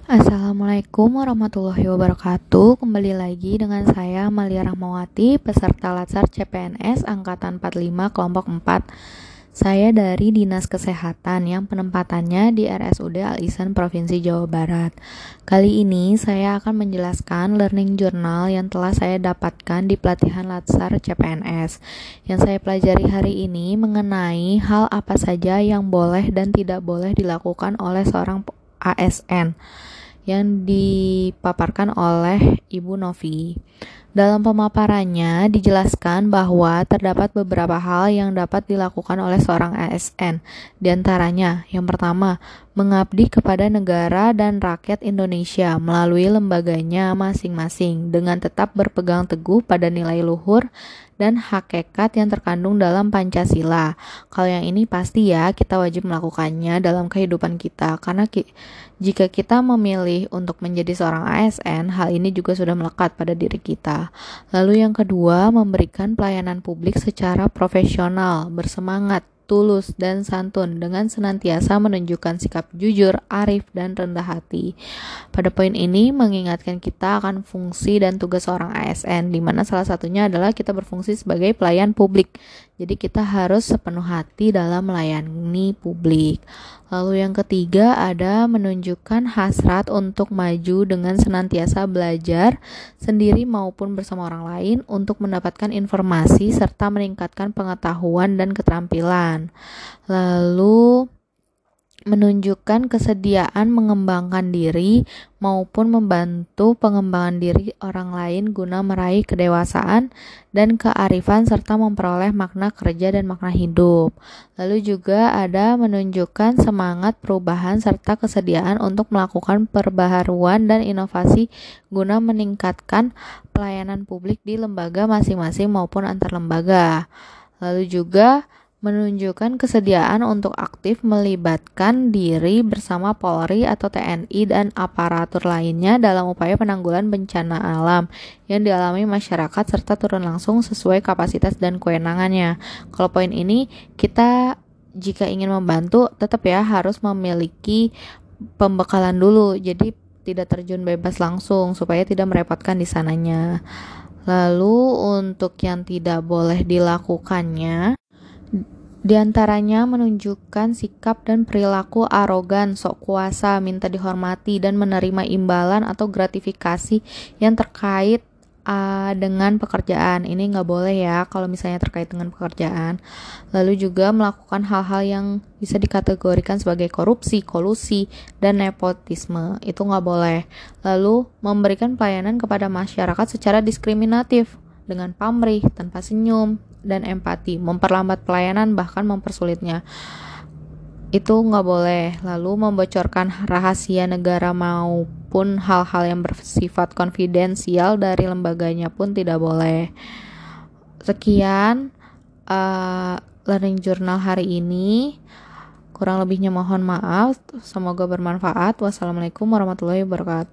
Assalamualaikum warahmatullahi wabarakatuh. Kembali lagi dengan saya Malia Rahmawati, peserta Latsar CPNS Angkatan 45 kelompok 4. Saya dari Dinas Kesehatan yang penempatannya di RSUD Al-Ihsan Provinsi Jawa Barat. Kali ini saya akan menjelaskan learning journal yang telah saya dapatkan di pelatihan Latsar CPNS. Yang saya pelajari hari ini mengenai hal apa saja yang boleh dan tidak boleh dilakukan oleh seorang ASN yang dipaparkan oleh Ibu Novi. Dalam pemaparannya dijelaskan bahwa terdapat beberapa hal yang dapat dilakukan oleh seorang ASN. Di antaranya, yang pertama, mengabdi kepada negara dan rakyat Indonesia melalui lembaganya masing-masing dengan tetap berpegang teguh pada nilai luhur dan hakikat yang terkandung dalam Pancasila. Kalau yang ini pasti ya kita wajib melakukannya dalam kehidupan kita, karena jika kita memilih untuk menjadi seorang ASN, hal ini juga sudah melekat pada diri kita. Lalu yang kedua, memberikan pelayanan publik secara profesional, bersemangat, tulus, dan santun dengan senantiasa menunjukkan sikap jujur, arif, dan rendah hati. Pada poin ini mengingatkan kita akan fungsi dan tugas seorang ASN, di mana salah satunya adalah kita berfungsi sebagai pelayan publik. Jadi kita harus sepenuh hati dalam melayani publik. Lalu yang ketiga ada menunjukkan hasrat untuk maju dengan senantiasa belajar sendiri maupun bersama orang lain untuk mendapatkan informasi serta meningkatkan pengetahuan dan keterampilan. Lalu menunjukkan kesediaan mengembangkan diri maupun membantu pengembangan diri orang lain guna meraih kedewasaan dan kearifan serta memperoleh makna kerja dan makna hidup. Lalu juga ada menunjukkan semangat perubahan serta kesediaan untuk melakukan perbaharuan dan inovasi guna meningkatkan pelayanan publik di lembaga masing-masing maupun antar lembaga. Lalu juga menunjukkan kesediaan untuk aktif melibatkan diri bersama Polri atau TNI dan aparatur lainnya dalam upaya penanggulangan bencana alam yang dialami masyarakat serta turun langsung sesuai kapasitas dan kewenangannya. Kalau poin ini kita jika ingin membantu tetap ya harus memiliki pembekalan dulu, jadi tidak terjun bebas langsung supaya tidak merepotkan di sananya. Lalu untuk yang tidak boleh dilakukannya, di antaranya menunjukkan sikap dan perilaku arogan, sok kuasa, minta dihormati, dan menerima imbalan atau gratifikasi yang terkait dengan pekerjaan. Ini nggak boleh ya kalau misalnya terkait dengan pekerjaan. Lalu juga melakukan hal-hal yang bisa dikategorikan sebagai korupsi, kolusi, dan nepotisme. Itu nggak boleh. Lalu memberikan pelayanan kepada masyarakat secara diskriminatif dengan pamrih, tanpa senyum, dan empati, memperlambat pelayanan bahkan mempersulitnya. Itu nggak boleh. Lalu membocorkan rahasia negara maupun hal-hal yang bersifat konfidensial dari lembaganya pun tidak boleh. Sekian learning journal hari ini. Kurang lebihnya mohon maaf. Semoga bermanfaat. Wassalamualaikum warahmatullahi wabarakatuh.